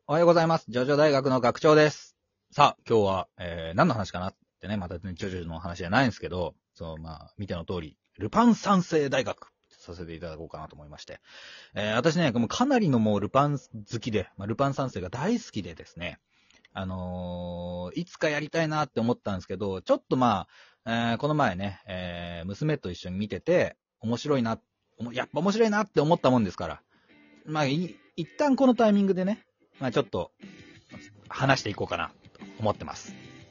おはようございます。ジョジョ大学の学長です。さあ、今日は、何の話かなってね、またね、ジョジョの話じゃないんですけど、見ての通り、ルパン三世大学させていただこうかなと思いまして。私ね、もうかなりのもうルパン好きで、ルパン三世が大好きでですね、いつかやりたいなって思ったんですけど、ちょっとこの前ね、娘と一緒に見てて、やっぱ面白いなって思ったもんですから、一旦このタイミングでね、ちょっと話していこうかなと思ってます。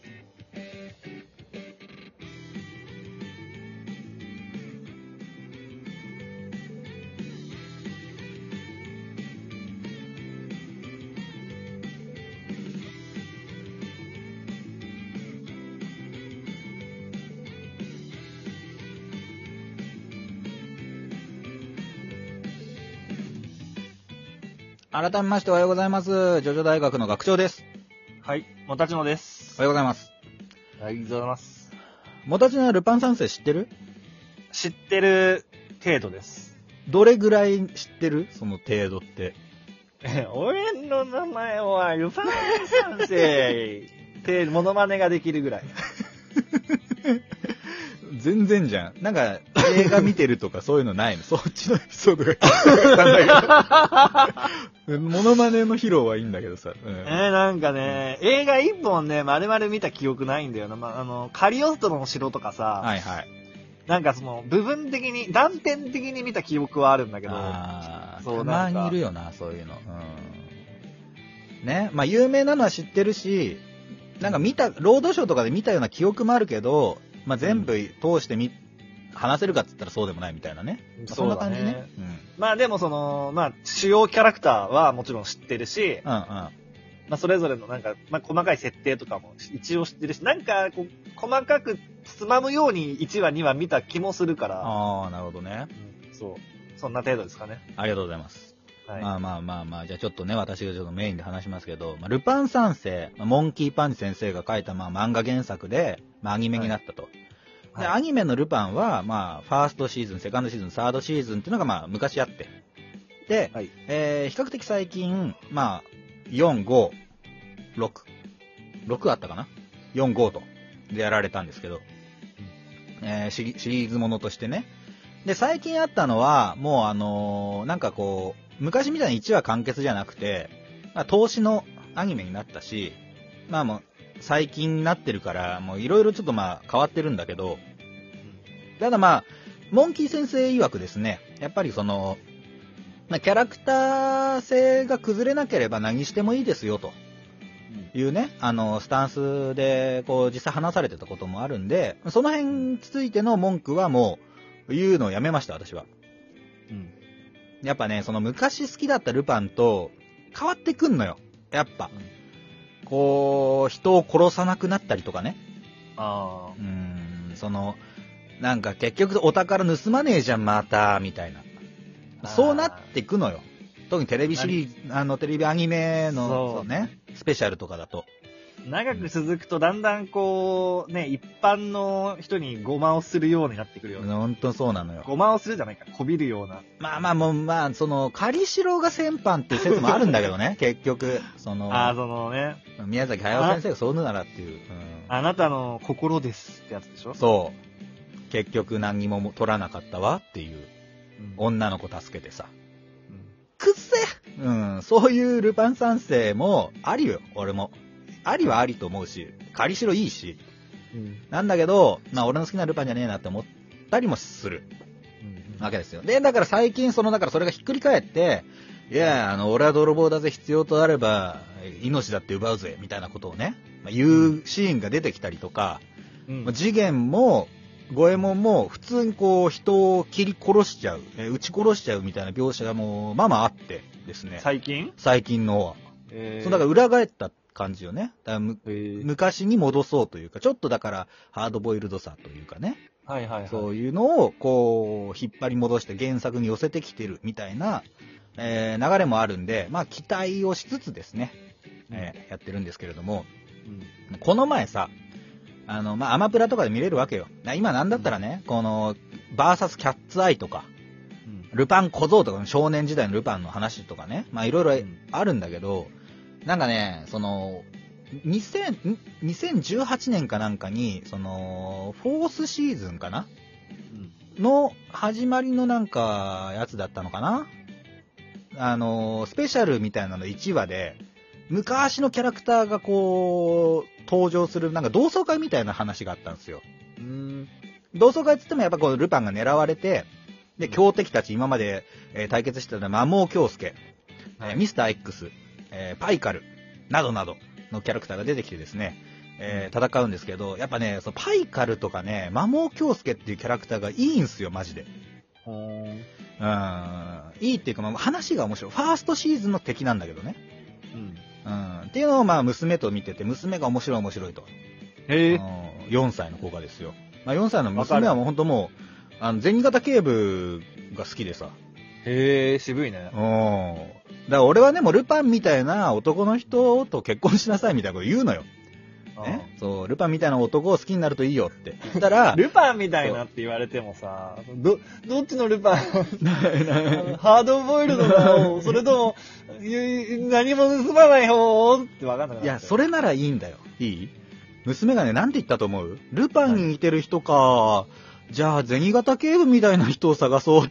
改めましておはようございます。ジョジョ大学の学長です。 はい、もたちのです。 おはようございます。 おはようございます。 もたちのルパン三世知ってる？ 知ってる程度です。 どれぐらい知ってる？その程度って。 俺の名前はルパン三世ってモノマネができるぐらい。 全然じゃん。なんか映画見てるとかそういうのないの？そっちのエピソードが聞かったんだけど。モノマネの披露はいいんだけどさ。 なんかね、映画一本ね、丸々見た記憶ないんだよな。カリオストロの城とかさ、 はいはい。 なんかその、部分的に、断片的に見た記憶はあるんだけど、 たまにいるよな、そういうの。ね、有名なのは知ってるし、なんかロードショーとかで見たような記憶もあるけど、全部通して話せるかって言ったらそうでもないみたいなね。そんな感じね。 でも主要キャラクターはもちろん知ってるし、それぞれのなんか、細かい設定とかも一応知ってるし、なんかこう、細かくつまむように1話2話見た気もするから。 ああ、なるほどね。 そんな程度ですかね。 ありがとうございます。 はい、 じゃあちょっとね、私がちょっとメインで話しますけど、ルパン三世、モンキーパンチ先生が書いた漫画原作で、アニメになったと。で、アニメのルパンは、ファーストシーズン、セカンドシーズン、サードシーズンっていうのが昔あって。で、比較的最近、4、5、6あったかな ?4、5と、でやられたんですけど、シリーズものとしてね。で、最近あったのは、もうなんかこう、昔みたいに1話完結じゃなくて、投資のアニメになったし、もう、最近になってるから、もういろいろちょっと変わってるんだけど、ただモンキー先生曰くですね、やっぱりその、キャラクター性が崩れなければ何してもいいですよ、というね、スタンスで、こう、実際話されてたこともあるんで、その辺についての文句はもう、言うのをやめました、私は。やっぱね、その昔好きだったルパンと変わってくんのよ。やっぱ。こう、人を殺さなくなったりとかね。なんか結局お宝盗まねえじゃん、また、みたいな。そうなってくのよ。特にテレビシリーズ、テレビアニメの、ね、スペシャルとかだと。 長く続くとだんだんこう、ね、一般の人にごまをするようになってくるよね。 ほんとそうなのよ。 ごまをするじゃないか、こびるような。 仮城が先般っていう説もあるんだけどね、結局。宮崎駿先生がそういうならっていう。 あなたの心ですってやつでしょ？ そう。結局何にも取らなかったわっていう。女の子助けてさ。くっせ！そういうルパン三世もありよ、俺も。ありはありと思うし、仮城いいし。なんだけど、俺の好きなルパンじゃねえなって思ったりもする。わけですよ。で、だから最近それがひっくり返って、いや、俺は泥棒だぜ、必要とあれば、命だって奪うぜ、みたいなことをね、言うシーンが出てきたりとか、次元も、五右衛門も普通にこう人を切り殺しちゃう、撃ち殺しちゃうみたいな描写がもうあってですね。最近のは。だから裏返った感じよね。だから昔に戻そうというか、ちょっとだからハードボイルドさというかね。そういうのをこう引っ張り戻して原作に寄せてきてるみたいな、流れもあるんで、期待をしつつですね、やってるんですけれども、この前さ、アマプラとかで見れるわけよ。今なんだったらね、この、バーサスキャッツアイとか、ルパン小僧とか、少年時代のルパンの話とかね、いろいろあるんだけど、 なんかね、2018年かなんかに、フォースシーズンかな、の始まりのなんか、やつだったのかな、スペシャルみたいなの1話で、昔のキャラクターがこう、登場する、なんか同窓会みたいな話があったんですよ。同窓会って言ってもやっぱこう、ルパンが狙われて、で、強敵たち今まで、対決してた摩耗京介、ミスター X、パイカル、などなどのキャラクターが出てきてですね、戦うんですけど、やっぱね、そのパイカルとかね、摩耗京介っていうキャラクターがいいんすよ、マジで。いいっていうか、まあ、話が面白い。ファーストシーズンの敵なんだけどね。っていうのをまあ娘と見てて、娘が面白いと。4歳の子がですよ。まあ4歳の娘はもう本当もう、銭形警部が好きでさ。 渋いね。 だから俺はね、もうルパンみたいな男の人と結婚しなさいみたいなこと言うのよ。ね、そう、ルパンみたいな男を好きになるといいよって言ったら。 ルパンみたいなって言われてもさ、どっちのルパンハードボイルドな方それとも、何も盗まない方って分かんなかった。 いや、それならいいんだよ。いい？娘がね、なんて言ったと思う？ルパンに似てる人か、じゃあ、銭形警部みたいな人を探そうって。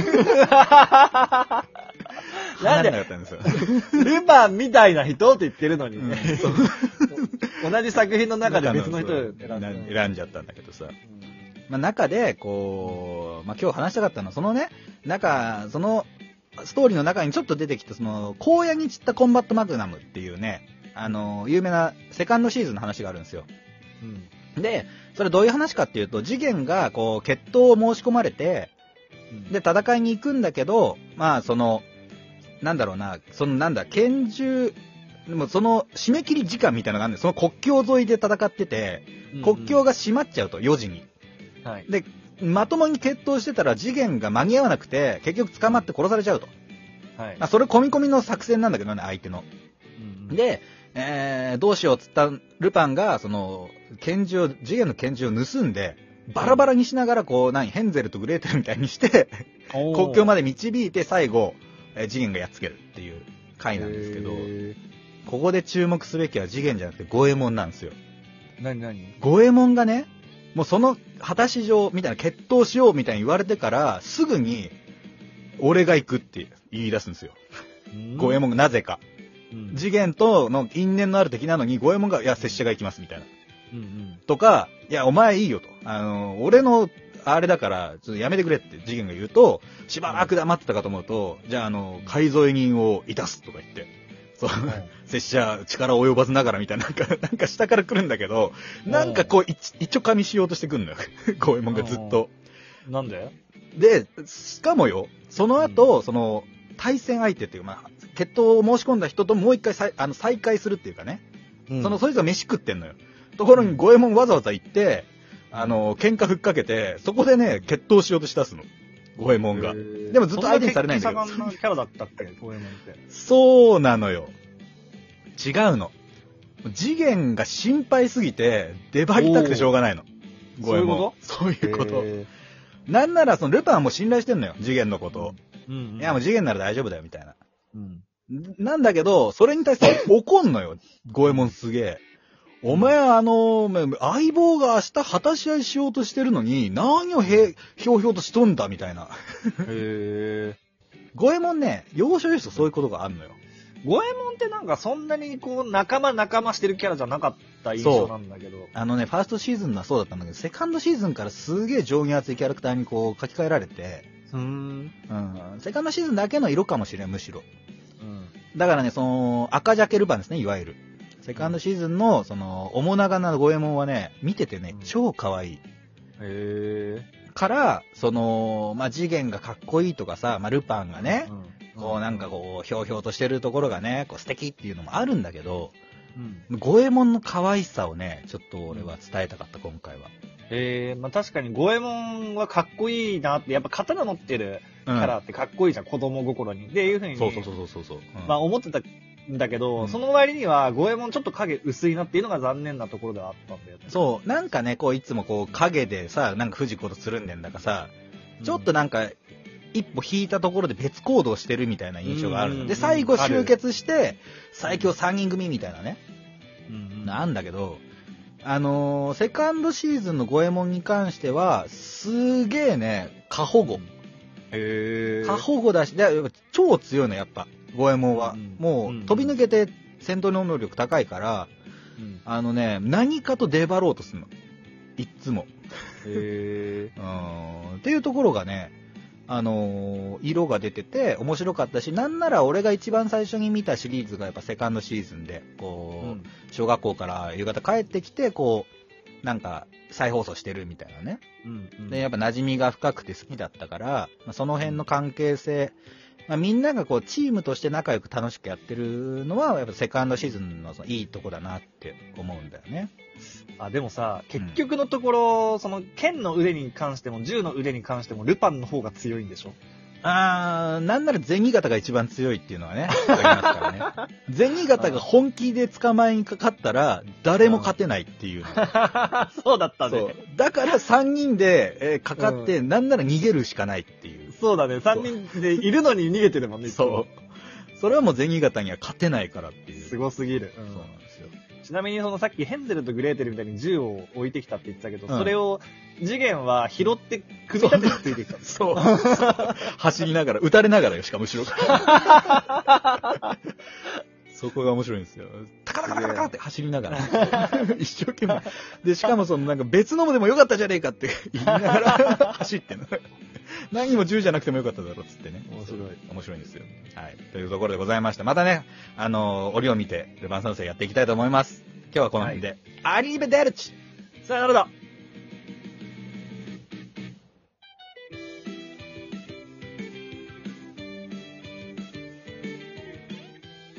なんで、ルパンみたいな人って言ってるのに、同じ作品の中で別の人を選んじゃったんだけどさ。まあ、中で、こう、まあ、今日話したかったのは、そのね、その、ストーリーの中にちょっと出てきた、荒野に散ったコンバットマグナムっていうね、有名なセカンドシーズンの話があるんですよ。で、それどういう話かっていうと、次元が、こう、決闘を申し込まれて、で、戦いに行くんだけど、まあ、なんだろうな、拳銃、でも締め切り時間みたいなのがあるんで、その国境沿いで戦ってて、国境が閉まっちゃうと、4時に。で、まともに決闘してたら次元が間に合わなくて、結局捕まって殺されちゃうと。まあ、それ込み込みの作戦なんだけどね、相手の。で、どうしようっつったルパンが、次元の拳銃を盗んで、バラバラにしながら、こう、ヘンゼルとグレーテルみたいにして、国境まで導いて最後、次元がやっつけるっていう回なんですけど、ここで注目すべきは次元じゃなくて五右衛門なんですよ。 何五右衛門がね、もう果たし状みたいな決闘しようみたいに言われてから、すぐに、俺が行くって言い出すんですよ。五右衛門がなぜか。次元との因縁のある敵なのに、五右衛門が、いや、拙者が行きますみたいな。とか、いや、お前いいよと。俺の、あれだから、ちょっとやめてくれって次元が言うと、しばらく黙ってたかと思うと、じゃあ、改造人をいたすとか言って、拙者力及ばずながらみたいな、なんか下から来るんだけど、なんかこう、一応噛みしようとしてくんのよ。五右衛門がずっと。 なんで？ で、しかもよ、その後、対戦相手っていう、まあ、決闘を申し込んだ人ともう一回再会するっていうかね。そいつが飯食ってんのよ。ところに五右衛門わざわざ行って、喧嘩ふっかけて、そこでね、決闘しようとしだすの。五右衛門が。でもずっと相手にされないんだけど。 そんなキャラだったっけ、五右衛門って。 そうなのよ。違うの。次元が心配すぎて、出張りたくてしょうがないの。五右衛門。そういうこと。なんなら、ルパンはもう信頼してんのよ。次元のことを。いや、もう次元なら大丈夫だよ、みたいな。なんだけど、それに対して怒んのよ。五右衛門すげえ。お前相棒が明日果たし合いしようとしてるのに、何をひょうひょうとしとんだみたいな。五右衛門ね、要所要所そういうことがあるのよ。 五右衛門ってなんかそんなにこう、仲間してるキャラじゃなかった印象なんだけど。 ファーストシーズンはそうだったんだけど、セカンドシーズンからすげえ情に熱いキャラクターにこう書き換えられて、セカンドシーズンだけの色かもしれん、むしろ。だからね、赤ジャケルパンですね、いわゆる。セカンドシーズンの、面長な五右衛門はね、見ててね、超可愛い。から、まあ、次元がかっこいいとかさ、まあ、ルパンがね、こうなんかこう、ひょうひょうとしてるところがね、こう素敵っていうのもあるんだけど、五右衛門の可愛さをね、ちょっと俺は伝えたかった、今回は。 まあ確かに五右衛門はかっこいいなって、やっぱ刀持ってるキャラってかっこいいじゃん、子供心に。っていうふうに。そう。まあ思ってたんだけど、その割には五右衛門ちょっと影薄いなっていうのが残念なところではあったんだよね。 そう、なんかね、こういつもこう影でさ、なんか藤子とつるんでんだかさ、ちょっとなんか、 一歩引いたところで別行動してるみたいな印象があるので、最後集結して、最強3人組みたいなね。なんだけど、セカンドシーズンのゴエモンに関しては、すげえね、過保護。過保護だし、超強いの、やっぱ、ゴエモンは。もう、飛び抜けて戦闘能力高いから、何かと出張ろうとするの。いっつも。っていうところがね、色が出てて面白かったし、なんなら俺が一番最初に見たシリーズがやっぱセカンドシーズンで、こう、小学校から夕方帰ってきて、こう、なんか再放送してるみたいなね。で、やっぱ馴染みが深くて好きだったから、その辺の関係性、みんながこうチームとして仲良く楽しくやってるのは、やっぱセカンドシーズンのいいとこだなって思うんだよね。 でもさ、結局のところ、その剣の腕に関しても銃の腕に関してもルパンの方が強いんでしょ？ なんなら銭形が一番強いっていうのはね、ありますからね。銭形が本気で捕まえにかかったら、誰も勝てないっていう。 そうだったね。そう。 だから3人で、かかって、なんなら逃げるしかないっていう。 そうだね、3人でいるのに逃げてるもんね。 そう。それはもう銭形には勝てないからっていう。 すごすぎる。そうなんですよ。ちなみにさっきヘンゼルとグレーテルみたいに銃を置いてきたって言ってたけど、それを次元は拾って組み立ててついてきた。 そう。走りながら、撃たれながらよ、しかも後ろから。そこが面白いんですよ。タカタカタカタカって走りながら。一生懸命。で、しかもなんか別のもでもよかったじゃねえかって言いながら走ってんの。何も銃じゃなくてもよかっただろうっつってね。面白いんですよ。はい。というところでございました。またね、折を見て、ルパン三世やっていきたいと思います。今日はこの辺で、アリーベデルチ！ さよならだ！